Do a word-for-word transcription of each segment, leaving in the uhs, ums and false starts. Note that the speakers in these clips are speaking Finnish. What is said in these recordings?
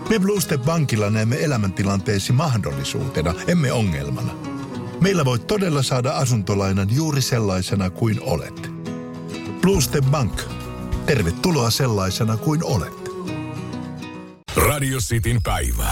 Me Blue Step Bankilla näemme elämäntilanteesi mahdollisuutena, emme ongelmana. Meillä voit todella saada asuntolainan juuri sellaisena kuin olet. Blue Step Bank. Tervetuloa sellaisena kuin olet. Radio Cityn päivä.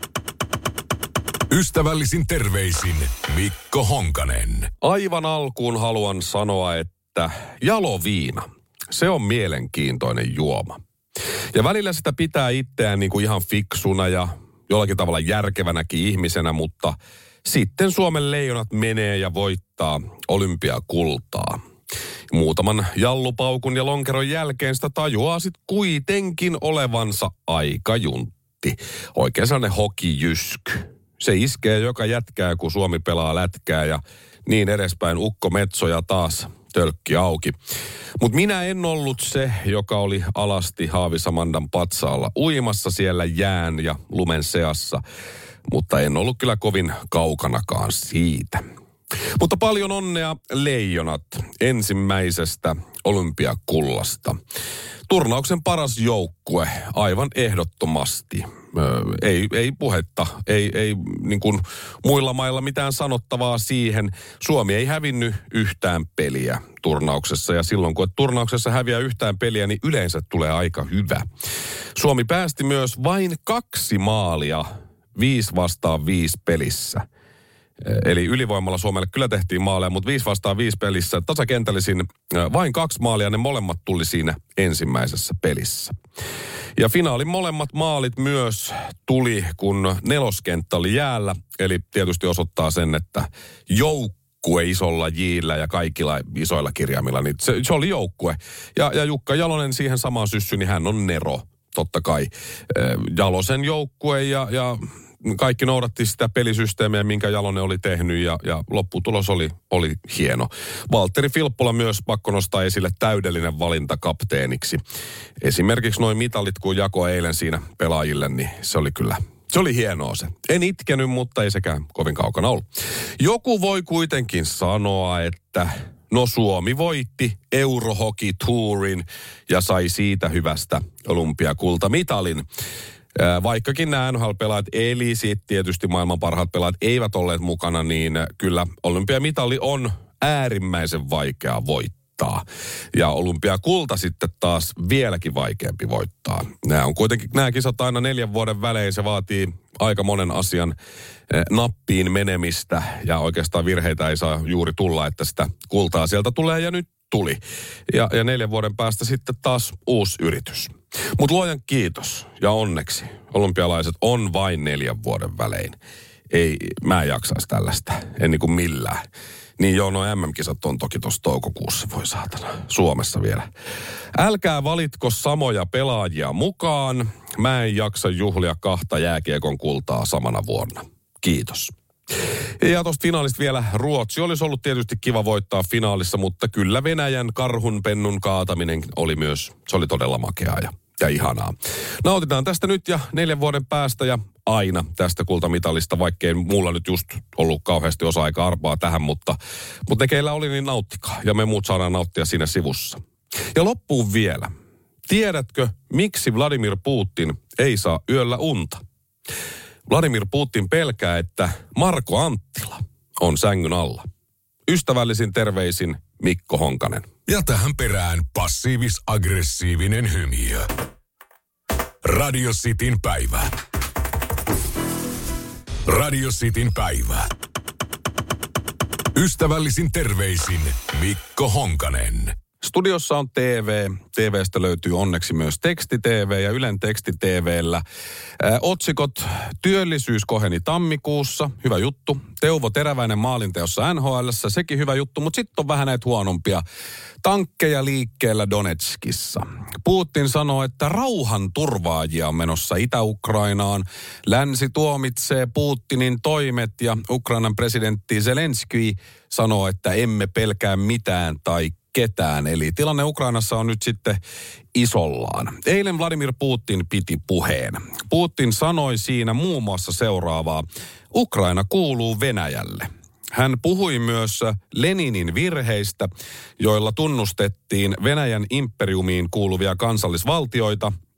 Ystävällisin terveisin Mikko Honkanen. Aivan alkuun haluan sanoa, että jaloviina, se on mielenkiintoinen juoma. Ja välillä sitä pitää itseään niin kuin ihan fiksuna ja jollakin tavalla järkevänäkin ihmisenä, mutta sitten Suomen leijonat menee ja voittaa olympiakultaa. Muutaman jallupaukun ja lonkeron jälkeen sitä tajuaa sitten kuitenkin olevansa aika juntti. Oikein sellainen hokijysky. Se iskee joka jätkää, kun Suomi pelaa lätkää ja niin edespäin. Ukko Metsoja taas tölkki auki. Mutta minä en ollut se, joka oli alasti Haavisamandan patsaalla uimassa siellä jään ja lumen seassa. Mutta en ollut kyllä kovin kaukanakaan siitä. Mutta paljon onnea leijonat ensimmäisestä olympiakullasta. Turnauksen paras joukkue aivan ehdottomasti. Öö, ei, ei puhetta, ei, ei niin kuin muilla mailla mitään sanottavaa siihen. Suomi ei hävinnyt yhtään peliä turnauksessa ja silloin kun turnauksessa häviää yhtään peliä, niin yleensä tulee aika hyvä. Suomi päästi myös vain kaksi maalia viisi vastaan viisi pelissä. Eli ylivoimalla Suomelle kyllä tehtiin maaleja, mutta viisi vastaan viisi pelissä tasakentällisin vain kaksi maalia, ne molemmat tuli siinä ensimmäisessä pelissä. Ja finaalin molemmat maalit myös tuli, kun neloskenttä oli jäällä, eli tietysti osoittaa sen, että joukkue isolla jillä ja kaikilla isoilla kirjaimilla, niin se, se oli joukkue. Ja, ja Jukka Jalonen siihen samaan syssyyn, niin hän on Nero, totta kai. Jalosen joukkue ja... ja kaikki noudatti sitä pelisysteemiä, minkä Jalonen oli tehnyt ja, ja lopputulos oli, oli hieno. Valtteri Filppola myös pakko nostaa esille täydellinen valinta kapteeniksi. Esimerkiksi noin mitalit, kun jako eilen siinä pelaajille, niin se oli kyllä, se oli hienoa se. En itkenyt, mutta ei sekään kovin kaukana ollut. Joku voi kuitenkin sanoa, että no Suomi voitti Eurohockey-tourin ja sai siitä hyvästä olympiakultamitalin. Vaikkakin nämä N H L-pelaajat, eli sitten tietysti maailman parhaat pelaajat eivät olleet mukana, niin kyllä olympiamitali on äärimmäisen vaikea voittaa. Ja olympiakulta sitten taas vieläkin vaikeampi voittaa. Nämä on kuitenkin, nämä kisat aina neljän vuoden välein, se vaatii aika monen asian nappiin menemistä. Ja oikeastaan virheitä ei saa juuri tulla, että sitä kultaa sieltä tulee ja nyt tuli. Ja, ja neljän vuoden päästä sitten taas uusi yritys. Mutta luojan kiitos ja onneksi olympialaiset on vain neljän vuoden välein. Ei, mä en jaksaisi tällaista, en niin kuin millään. Niin joo, no M M-kisat on toki tuossa toukokuussa, voi saatana, Suomessa vielä. Älkää valitko samoja pelaajia mukaan. Mä en jaksa juhlia kahta jääkiekon kultaa samana vuonna. Kiitos. Ja tuosta finaalista vielä Ruotsi. Olisi ollut tietysti kiva voittaa finaalissa, mutta kyllä Venäjän karhunpennun kaataminen oli myös, se oli todella makeaa ja, ja ihanaa. Nautitaan tästä nyt ja neljän vuoden päästä ja aina tästä kultamitalista, vaikkei mulla nyt just ollut kauheasti osa-aikaa arpaa tähän, mutta, mutta ne keillä oli, niin nauttikaa. Ja me muut saadaan nauttia siinä sivussa. Ja loppuun vielä. Tiedätkö, miksi Vladimir Putin ei saa yöllä unta? Vladimir Putin pelkää, että Marko Anttila on sängyn alla. Ystävällisin terveisin Mikko Honkanen. Ja tähän perään passiivis-aggressiivinen hymiö. Radio Cityn päivä. Radio Cityn päivä. Ystävällisin terveisin Mikko Honkanen. Studiossa on T V. T V:stä löytyy onneksi myös Teksti-T V ja Ylen Teksti-T V:llä. Äh, otsikot: työllisyys koheni tammikuussa, hyvä juttu. Teuvo Teräväinen maalinteossa N H L:ssä, sekin hyvä juttu, mutta sitten on vähän näitä huonompia. Tankkeja liikkeellä Donetskissa. Putin sanoo, että rauhan turvaajia on menossa Itä-Ukrainaan. Länsi tuomitsee Putinin toimet ja Ukrainan presidentti Zelenskyi sanoo, että emme pelkää mitään tai ketään. Eli tilanne Ukrainassa on nyt sitten isollaan. Eilen Vladimir Putin piti puheen. Putin sanoi siinä muun muassa seuraavaa: Ukraina kuuluu Venäjälle. Hän puhui myös Leninin virheistä, joilla tunnustettiin Venäjän imperiumiin kuuluvia kansallisvaltioita,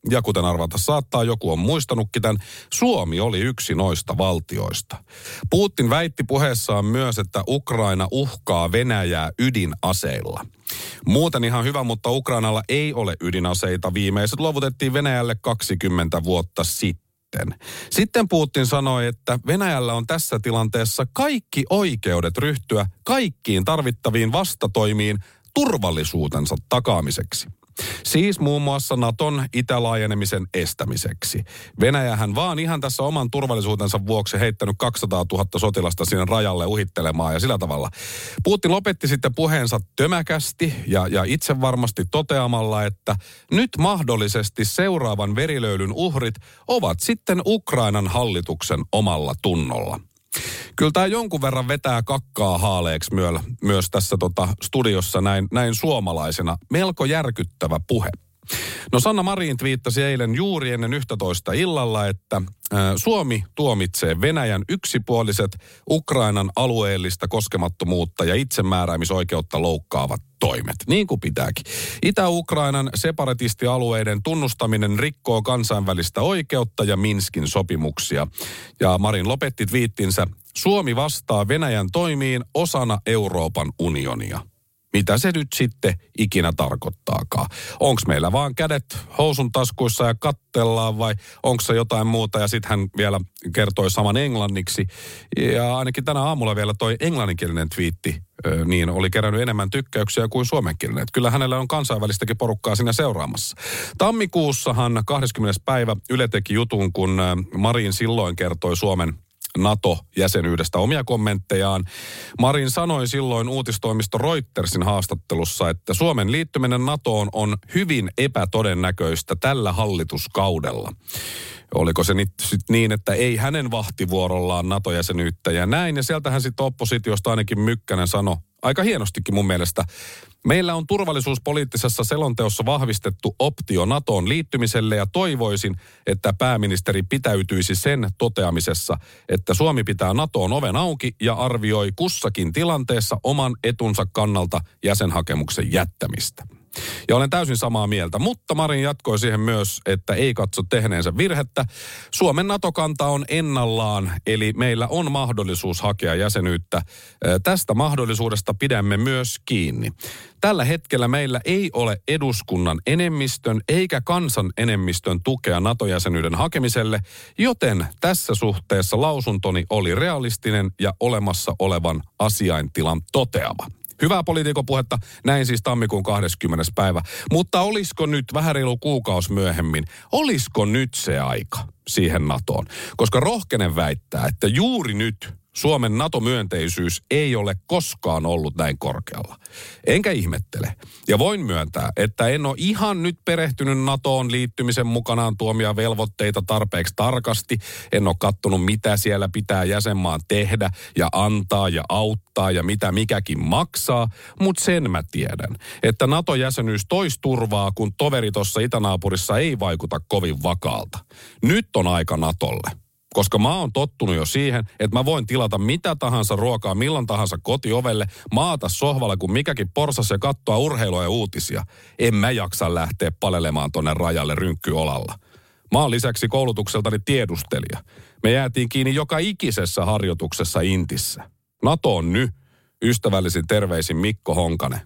ja kuten arvata saattaa, joku on muistanutkin tämän, Suomi oli yksi noista valtioista. Putin väitti puheessaan myös, että Ukraina uhkaa Venäjää ydinaseilla. Muuten ihan hyvä, mutta Ukrainalla ei ole ydinaseita. Viimeiset luovutettiin Venäjälle kaksikymmentä vuotta sitten. Sitten Putin sanoi, että Venäjällä on tässä tilanteessa kaikki oikeudet ryhtyä kaikkiin tarvittaviin vastatoimiin turvallisuutensa takaamiseksi. Siis muun muassa Naton itälaajenemisen estämiseksi. Venäjähän vaan ihan tässä oman turvallisuutensa vuoksi heittänyt kaksisataatuhatta sotilasta sinne rajalle uhittelemaan ja sillä tavalla. Putin lopetti sitten puheensa tömäkästi ja, ja itse varmasti toteamalla, että nyt mahdollisesti seuraavan verilöylyn uhrit ovat sitten Ukrainan hallituksen omalla tunnolla. Kyllä tämä jonkun verran vetää kakkaa haaleeksi myö, myös tässä tota studiossa näin, näin suomalaisena. Melko järkyttävä puhe. No Sanna Marin twiittasi eilen juuri ennen yksitoista illalla, että ä, Suomi tuomitsee Venäjän yksipuoliset Ukrainan alueellista koskemattomuutta ja itsemääräämisoikeutta loukkaavat toimet, niin kuin pitääkin. Itä-Ukrainan separatistialueiden tunnustaminen rikkoo kansainvälistä oikeutta ja Minskin sopimuksia. Ja Marin lopetti twiittinsä, Suomi vastaa Venäjän toimiin osana Euroopan unionia. Mitä se nyt sitten ikinä tarkoittaakaan? Onko meillä vaan kädet housun taskuissa ja kattellaan vai onko se jotain muuta? Ja sitten hän vielä kertoi saman englanniksi. Ja ainakin tänä aamulla vielä toi englanninkielinen twiitti niin oli kerännyt enemmän tykkäyksiä kuin suomenkielinen. Että kyllä hänellä on kansainvälistäkin porukkaa siinä seuraamassa. Tammikuussahan kahdeskymmenes päivä Yle teki jutun, kun Marin silloin kertoi Suomen NATO-jäsenyydestä omia kommenttejaan. Marin sanoi silloin uutistoimisto Reutersin haastattelussa, että Suomen liittyminen NATOon on hyvin epätodennäköistä tällä hallituskaudella. Oliko se nyt sit niin, että ei hänen vahtivuorollaan NATO-jäsenyyttä ja näin. Ja sieltähän sitten oppositiosta ainakin Mykkänen sanoi aika hienostikin mun mielestä. Meillä on turvallisuuspoliittisessa selonteossa vahvistettu optio NATOon liittymiselle ja toivoisin, että pääministeri pitäytyisi sen toteamisessa, että Suomi pitää NATOon oven auki ja arvioi kussakin tilanteessa oman etunsa kannalta jäsenhakemuksen jättämistä. Ja olen täysin samaa mieltä, mutta Marin jatkoi siihen myös, että ei katso tehneensä virhettä. Suomen NATO-kanta on ennallaan, eli meillä on mahdollisuus hakea jäsenyyttä. Tästä mahdollisuudesta pidämme myös kiinni. Tällä hetkellä meillä ei ole eduskunnan enemmistön eikä kansan enemmistön tukea NATO-jäsenyyden hakemiselle, joten tässä suhteessa lausuntoni oli realistinen ja olemassa olevan asiaintilan toteava. Hyvää poliitikopuhetta, näin siis tammikuun kahdeskymmenes päivä. Mutta olisiko nyt vähän reilu kuukausi myöhemmin, olisiko nyt se aika siihen NATOon? Koska rohkenen väittää, että juuri nyt Suomen NATO-myönteisyys ei ole koskaan ollut näin korkealla. Enkä ihmettele. Ja voin myöntää, että en ole ihan nyt perehtynyt NATOon liittymisen mukanaan tuomia velvoitteita tarpeeksi tarkasti. En ole kattonut, mitä siellä pitää jäsenmaan tehdä ja antaa ja auttaa ja mitä mikäkin maksaa. Mutta sen mä tiedän, että NATO-jäsenyys tois turvaa, kun toveri tuossa itänaapurissa ei vaikuta kovin vakaalta. Nyt on aika NATOlle. Koska mä oon tottunut jo siihen, että mä voin tilata mitä tahansa ruokaa milloin tahansa kotiovelle, maata sohvalle kuin mikäkin porsas ja katsoa urheilua ja uutisia. En mä jaksa lähteä palelemaan tonne rajalle rynkkyolalla. Mä oon lisäksi koulutukseltani tiedustelija. Me jäätiin kiinni joka ikisessä harjoituksessa Intissä. NATO on nyt. Ystävällisin terveisin Mikko Honkanen.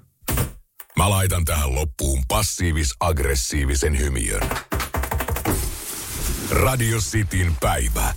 Mä laitan tähän loppuun passiivis-aggressiivisen hymiön. Radio Cityn päivä.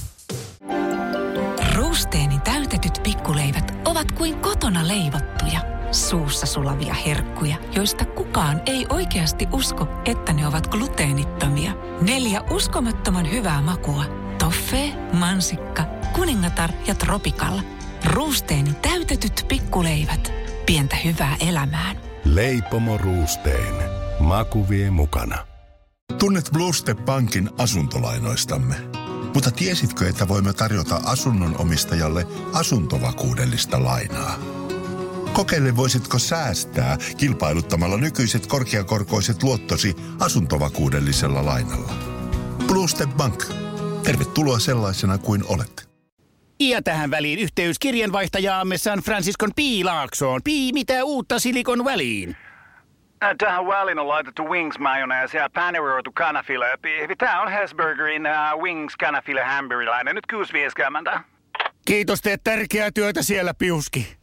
Ruusteeni täytetyt pikkuleivät ovat kuin kotona leivottuja, suussa sulavia herkkuja, joista kukaan ei oikeasti usko, että ne ovat gluteenittomia. Neljä uskomattoman hyvää makua. Toffee, mansikka, kuningatar ja tropikalla. Ruusteeni täytetyt pikkuleivät. Pientä hyvää elämään. Leipomo Ruusteen. Maku vie mukana. Tunnet Blue Step Bankin asuntolainoistamme. Mutta tiesitkö, että voimme tarjota asunnon omistajalle asuntovakuudellista lainaa? Kokeile, voisitko säästää kilpailuttamalla nykyiset korkeakorkoiset luottosi asuntovakuudellisella lainalla. Blue Step Bank. Tervetuloa sellaisena kuin olet. Ja tähän väliin yhteys kirjanvaihtajaamme San Franciscon P. Laaksoon. Pi, mitä uutta Silikon väliin? Tähän väliin on laitettu wings mayonnaise ja paneroitu kanafila. Tämä on Hesburgerin uh, wings kanafila hamburilainen. Nyt kuusi vieskäämäntä. Kiitos, teet tärkeää työtä siellä, Piuski.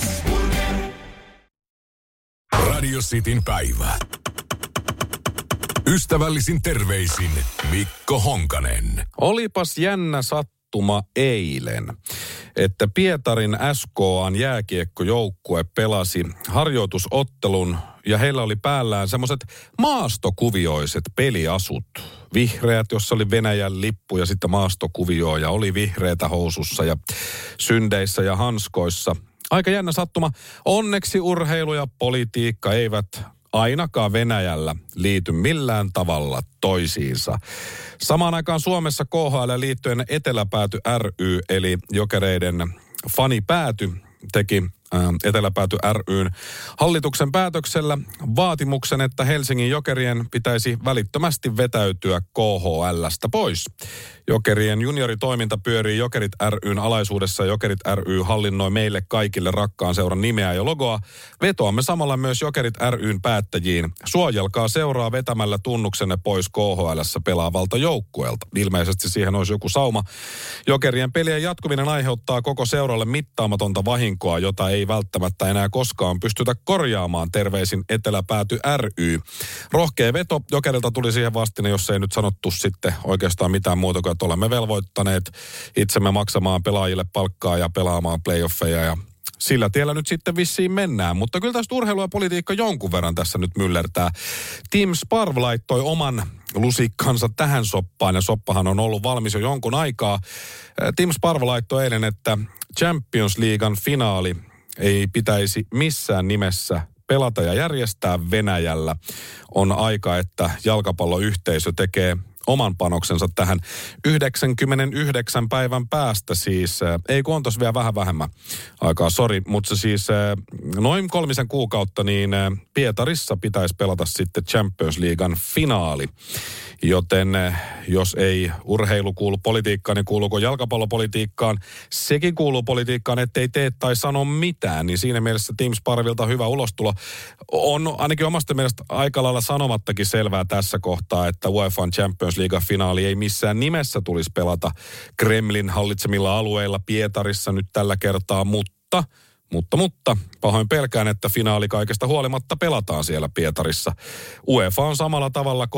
Radio Cityn päivä. Ystävällisin terveisin Mikko Honkanen. Olipas jännä sattuma eilen, että Pietarin S K A:n jääkiekkojoukkue pelasi harjoitusottelun ja heillä oli päällään semmoiset maastokuvioiset peliasut. Vihreät, jossa oli Venäjän lippu ja sitten maastokuvio ja oli vihreätä housussa ja syndeissä ja hanskoissa. Aika jännä sattuma. Onneksi urheilu ja politiikka eivät ainakaan Venäjällä liity millään tavalla toisiinsa. Samaan aikaan Suomessa K H L liittyen Eteläpääty ry, eli Jokereiden fanipääty, teki ä, Eteläpääty ry:n hallituksen päätöksellä vaatimuksen, että Helsingin Jokerien pitäisi välittömästi vetäytyä K H L:stä pois. Jokerien junioritoiminta pyörii Jokerit ry:n alaisuudessa. Jokerit ry hallinnoi meille kaikille rakkaan seuran nimeä ja logoa. Vetoamme samalla myös Jokerit ry:n päättäjiin. Suojelkaa seuraa vetämällä tunnuksenne pois K H L:ssä pelaavalta joukkueelta. Ilmeisesti siihen olisi joku sauma. Jokerien pelien jatkuminen aiheuttaa koko seuralle mittaamatonta vahinkoa, jota ei välttämättä enää koskaan pystytä korjaamaan. Terveisin Eteläpääty ry. Rohkea veto Jokerilta tuli siihen vastine, jos ei nyt sanottu sitten oikeastaan mitään muuta kuin, että olemme velvoittaneet itsemme maksamaan pelaajille palkkaa ja pelaamaan playoffeja ja sillä tiellä nyt sitten vissiin mennään. Mutta kyllä tästä urheilu ja politiikka jonkun verran tässä nyt myllertää. Tim Sparv laittoi oman lusikkansa tähän soppaan ja soppahan on ollut valmis jo jonkun aikaa. Tim Sparv laittoi eilen, että Champions Leaguean finaali ei pitäisi missään nimessä pelata ja järjestää Venäjällä. On aika, että jalkapalloyhteisö tekee oman panoksensa tähän yhdeksänkymmentäyhdeksän päivän päästä siis. Ei kun on tossa vielä vähän vähemmän aikaa, sori, mutta se siis noin kolmisen kuukautta niin Pietarissa pitäisi pelata sitten Champions Leaguean finaali. Joten jos ei urheilu kuulu politiikkaan, niin kuuluuko jalkapallopolitiikkaan? Sekin kuuluu politiikkaan, ettei tee tai sano mitään. Niin siinä mielessä Tim Sparvilta hyvä ulostulo. On ainakin omasta mielestä aika lailla sanomattakin selvää tässä kohtaa, että UEFAn Champions League-finaali ei missään nimessä tulisi pelata Kremlin hallitsemilla alueilla Pietarissa nyt tällä kertaa, mutta... Mutta, mutta pahoin pelkään, että finaali kaikesta huolimatta pelataan siellä Pietarissa. UEFA on samalla tavalla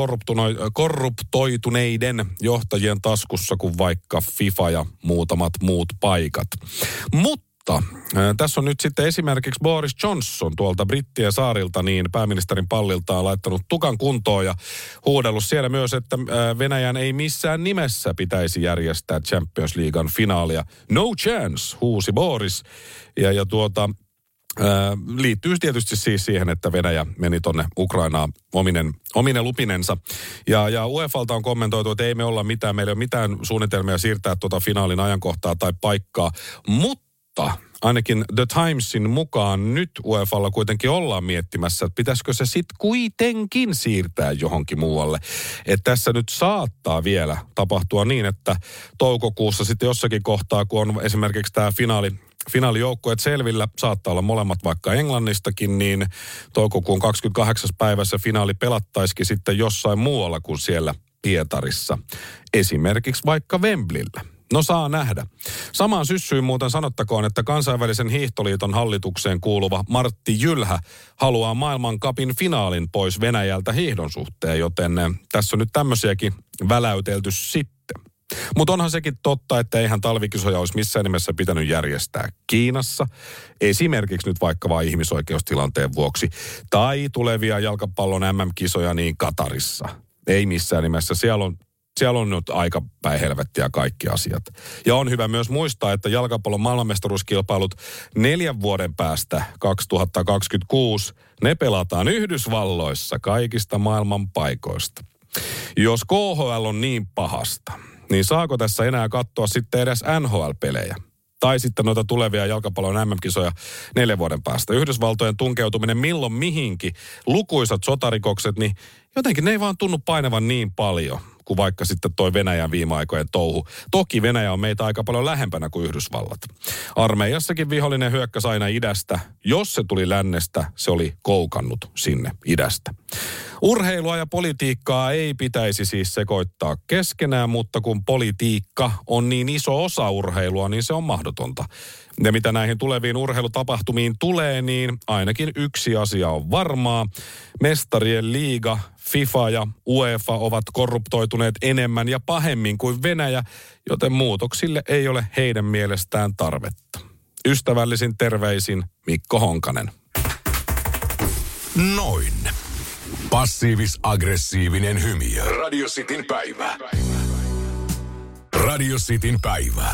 korruptoituneiden johtajien taskussa kuin vaikka FIFA ja muutamat muut paikat. Mutta äh, tässä on nyt sitten esimerkiksi Boris Johnson tuolta Brittien saarilta, niin pääministerin pallilta on laittanut tukan kuntoon ja huudellut siellä myös, että äh, Venäjän ei missään nimessä pitäisi järjestää Champions Leaguean finaalia. No chance, huusi Boris. Ja, ja tuota, ää, liittyy tietysti siis siihen, että Venäjä meni tonne Ukrainaan ominen, omine lupinensa. Ja, ja UEFalta on kommentoitu, että ei me olla mitään, meillä ei ole mitään suunnitelmia siirtää tuota finaalin ajankohtaa tai paikkaa. Mutta ainakin The Timesin mukaan nyt UEFalla kuitenkin ollaan miettimässä, että pitäisikö se sitten kuitenkin siirtää johonkin muualle. Että tässä nyt saattaa vielä tapahtua niin, että toukokuussa sitten jossakin kohtaa, kun on esimerkiksi tämä finaali, finaalijoukkueet selvillä, saattaa olla molemmat vaikka Englannistakin, niin toukokuun kahdeskymmeneskahdeksas päivä se finaali pelattaisikin sitten jossain muualla kuin siellä Pietarissa. Esimerkiksi vaikka Wembleyllä. No saa nähdä. Samaan syssyyn muuten sanottakoon, että kansainvälisen hiihtoliiton hallitukseen kuuluva Martti Jylhä haluaa maailmancupin finaalin pois Venäjältä hiihdon suhteen, joten tässä on nyt tämmöisiäkin väläytelty sitten. Mutta onhan sekin totta, että eihän talvikisoja olisi missään nimessä pitänyt järjestää Kiinassa, esimerkiksi nyt vaikka vain ihmisoikeustilanteen vuoksi, tai tulevia jalkapallon äm äm-kisoja niin Katarissa. Ei missään nimessä. Siellä on, siellä on nyt aika päin helvettiä kaikki asiat. Ja on hyvä myös muistaa, että jalkapallon maailmanmestaruuskilpailut neljän vuoden päästä kaksituhattakaksikymmentäkuusi, ne pelataan Yhdysvalloissa kaikista maailman paikoista. Jos K H L on niin pahasta, niin saako tässä enää katsoa sitten edes N H L-pelejä? Tai sitten noita tulevia jalkapallon äm äm-kisoja neljän vuoden päästä. Yhdysvaltojen tunkeutuminen milloin mihinkin, lukuisat sotarikokset, niin jotenkin ne ei vaan tunnu painevan niin paljon kuin vaikka sitten toi Venäjän viime aikojen touhu. Toki Venäjä on meitä aika paljon lähempänä kuin Yhdysvallat. Armeijassakin vihollinen hyökkäsi aina idästä. Jos se tuli lännestä, se oli koukannut sinne idästä. Urheilua ja politiikkaa ei pitäisi siis sekoittaa keskenään, mutta kun politiikka on niin iso osa urheilua, niin se on mahdotonta. Ja mitä näihin tuleviin urheilutapahtumiin tulee, niin ainakin yksi asia on varmaa. Mestarien liiga, FIFA ja UEFA ovat korruptoituneet enemmän ja pahemmin kuin Venäjä, joten muutoksille ei ole heidän mielestään tarvetta. Ystävällisin terveisin Mikko Honkanen. Noin. Passiivis-aggressiivinen hymiö. Radio Cityn päivä. Radio Cityn päivä.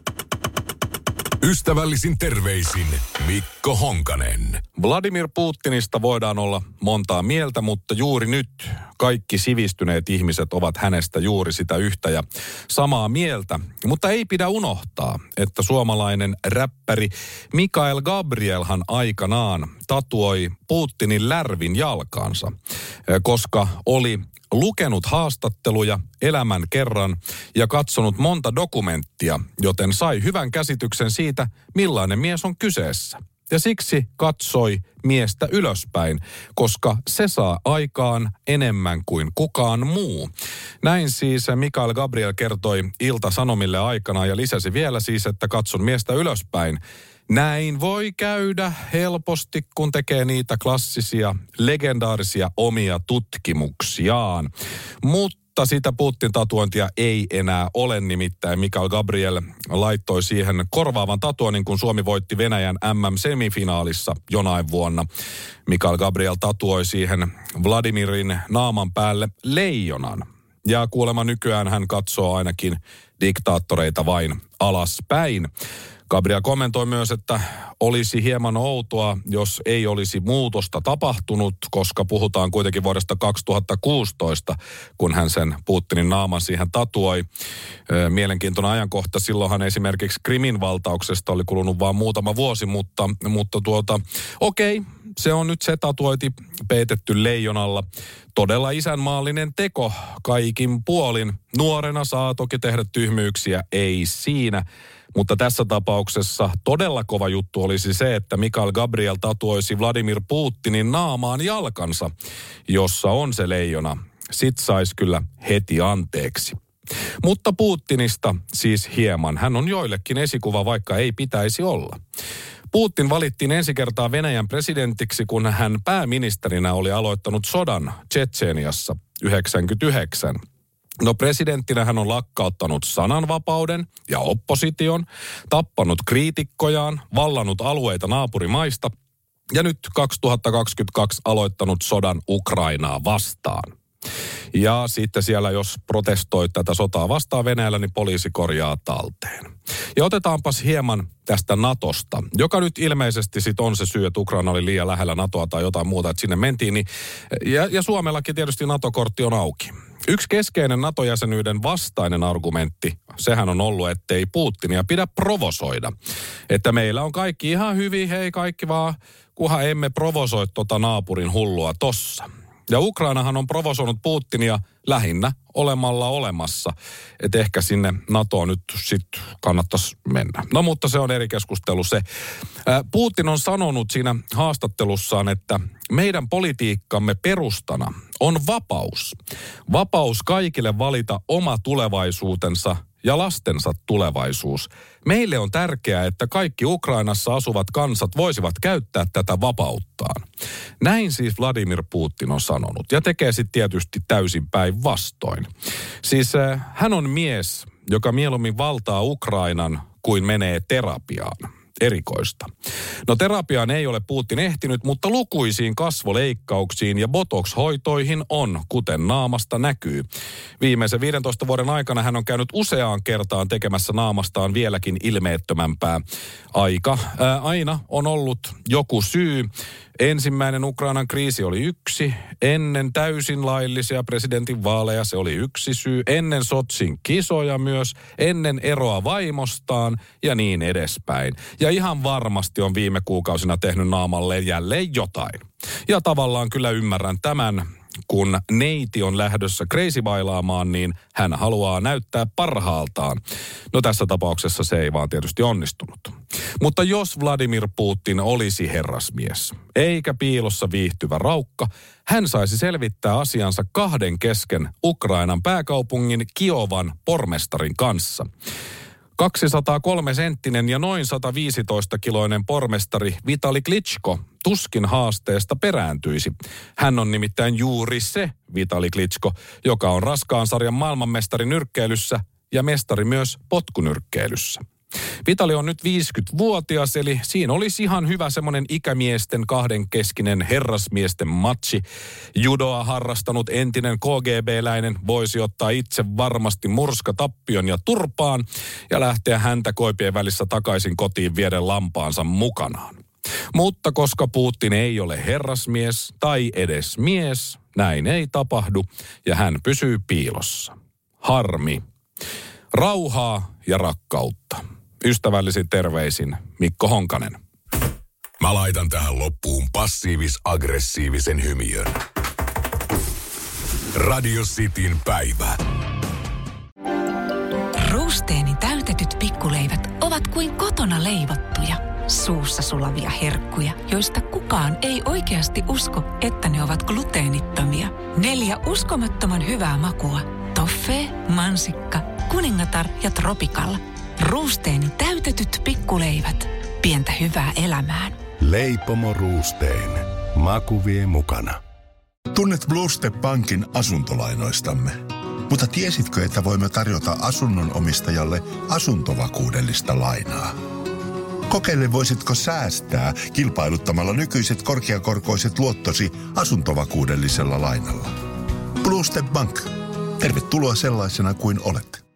Ystävällisin terveisin Mikko Honkanen. Vladimir Putinista voidaan olla montaa mieltä, mutta juuri nyt kaikki sivistyneet ihmiset ovat hänestä juuri sitä yhtä ja samaa mieltä. Mutta ei pidä unohtaa, että suomalainen räppäri Mikael Gabrielhan aikanaan tatuoi Putinin lärvin jalkaansa, koska oli lukenut haastatteluja elämän kerran ja katsonut monta dokumenttia, joten sai hyvän käsityksen siitä, millainen mies on kyseessä. Ja siksi katsoi miestä ylöspäin, koska se saa aikaan enemmän kuin kukaan muu. Näin siis Mikael Gabriel kertoi Ilta-Sanomille aikanaan ja lisäsi vielä siis, että katson miestä ylöspäin. Näin voi käydä helposti, kun tekee niitä klassisia, legendaarisia omia tutkimuksiaan. Mutta sitä Putin-tatuointia ei enää ole, nimittäin Mikael Gabriel laittoi siihen korvaavan tatuoinnin, kun Suomi voitti Venäjän M M-semifinaalissa jonain vuonna. Mikael Gabriel tatuoi siihen Vladimirin naaman päälle leijonan. Ja kuulemma nykyään hän katsoo ainakin diktaattoreita vain alaspäin. Gabriel kommentoi myös, että olisi hieman outoa, jos ei olisi muutosta tapahtunut, koska puhutaan kuitenkin vuodesta kaksituhattakuusitoista, kun hän sen Putinin naaman siihen tatuoi. Mielenkiintoinen ajankohta. Silloinhan esimerkiksi Krimin valtauksesta oli kulunut vain muutama vuosi, mutta, mutta tuota, okei, se on nyt se tatuointi peitetty leijonalla. Todella isänmaallinen teko kaikin puolin. Nuorena saa toki tehdä tyhmyyksiä, ei siinä. Mutta tässä tapauksessa todella kova juttu olisi se, että Mikael Gabriel tatuoisi Vladimir Putinin naamaan jalkansa, jossa on se leijona. Sit saisi kyllä heti anteeksi. Mutta Putinista siis hieman. Hän on joillekin esikuva, vaikka ei pitäisi olla. Putin valittiin ensi kertaa Venäjän presidentiksi, kun hän pääministerinä oli aloittanut sodan Tšetšeniassa yhdeksänkymmentäyhdeksän. No presidenttinä hän on lakkauttanut sananvapauden ja opposition, tappanut kriitikkojaan, vallannut alueita naapurimaista ja nyt kaksituhattakaksikymmentäkaksi aloittanut sodan Ukrainaa vastaan. Ja sitten siellä, jos protestoit tätä sotaa vastaan Venäjällä, niin poliisi korjaa talteen. Ja otetaanpas hieman tästä Natosta, joka nyt ilmeisesti sit on se syy, että Ukraina oli liian lähellä Natoa tai jotain muuta, että sinne mentiin. Niin, ja, ja Suomellakin tietysti NATO-kortti on auki. Yksi keskeinen NATO-jäsenyyden vastainen argumentti, sehän on ollut, ettei Putinia pidä provosoida. Että meillä on kaikki ihan hyvin, hei kaikki vaan, kunhan emme provosoi tota naapurin hullua tossa. Ja Ukrainahan on provosoinut Putinia lähinnä olemalla olemassa. Että ehkä sinne NATOon nyt sitten kannattaisi mennä. No mutta se on eri keskustelu se. Putin on sanonut siinä haastattelussaan, että meidän politiikkamme perustana on vapaus. Vapaus kaikille valita oma tulevaisuutensa ja lastensa tulevaisuus. Meille on tärkeää, että kaikki Ukrainassa asuvat kansat voisivat käyttää tätä vapauttaan. Näin siis Vladimir Putin on sanonut ja tekee sitten tietysti täysin päinvastoin. Siis äh, hän on mies, joka mieluummin valtaa Ukrainan kuin menee terapiaan. Erikoista. No terapiaan ei ole Putin ehtinyt, mutta lukuisiin kasvoleikkauksiin ja botox-hoitoihin on, kuten naamasta näkyy. Viimeisen viidentoista vuoden aikana hän on käynyt useaan kertaan tekemässä naamastaan vieläkin ilmeettömämpää. Aika ää, aina on ollut joku syy. Ensimmäinen Ukrainan kriisi oli yksi. Ennen täysin laillisia presidentinvaaleja se oli yksi syy. Ennen Sotsin kisoja myös. Ennen eroa vaimostaan ja niin edespäin. Ja ihan varmasti on viime kuukausina tehnyt naamalleen jälleen jotain. Ja tavallaan kyllä ymmärrän tämän, kun neiti on lähdössä crazy bailaamaan, niin hän haluaa näyttää parhaaltaan. No tässä tapauksessa se ei vaan tietysti onnistunut. Mutta jos Vladimir Putin olisi herrasmies, eikä piilossa viihtyvä raukka, hän saisi selvittää asiansa kahden kesken Ukrainan pääkaupungin Kiovan pormestarin kanssa. kaksisataakolme senttinen ja noin sata viisitoista kiloinen pormestari Vitali Klitschko tuskin haasteesta perääntyisi. Hän on nimittäin juuri se Vitali Klitschko, joka on raskaan sarjan maailmanmestari nyrkkeilyssä ja mestari myös potkunyrkkeilyssä. Vitali on nyt viisikymmentävuotias, eli siinä olisi ihan hyvä semmoinen ikämiesten kahdenkeskinen herrasmiesten matsi. Judoa harrastanut entinen K G B-läinen voisi ottaa itse varmasti murskatappion ja turpaan ja lähteä häntä koipien välissä takaisin kotiin vieden lampaansa mukanaan. Mutta koska Putin ei ole herrasmies tai edes mies, näin ei tapahdu ja hän pysyy piilossa. Harmi. Rauhaa ja rakkautta. Ystävällisin terveisin Mikko Honkanen. Mä laitan tähän loppuun passiivis-aggressiivisen hymiön. Radio Cityn päivä. Ruusteeni täytetyt pikkuleivät ovat kuin kotona leivottuja, suussa sulavia herkkuja, joista kukaan ei oikeasti usko, että ne ovat gluteenittomia. Neljä uskomattoman hyvää makua. Toffee, mansikka, kuningatar ja tropikalla. Ruusteeni täytetyt pikkuleivät. Pientä hyvää elämään. Leipomo Ruusteen. Maku vie mukana. Tunnet Blue Step Bankin asuntolainoistamme. Mutta tiesitkö, että voimme tarjota asunnon omistajalle asuntovakuudellista lainaa? Kokeile, voisitko säästää kilpailuttamalla nykyiset korkeakorkoiset luottosi asuntovakuudellisella lainalla. Blue Step Bank. Tervetuloa sellaisena kuin olet.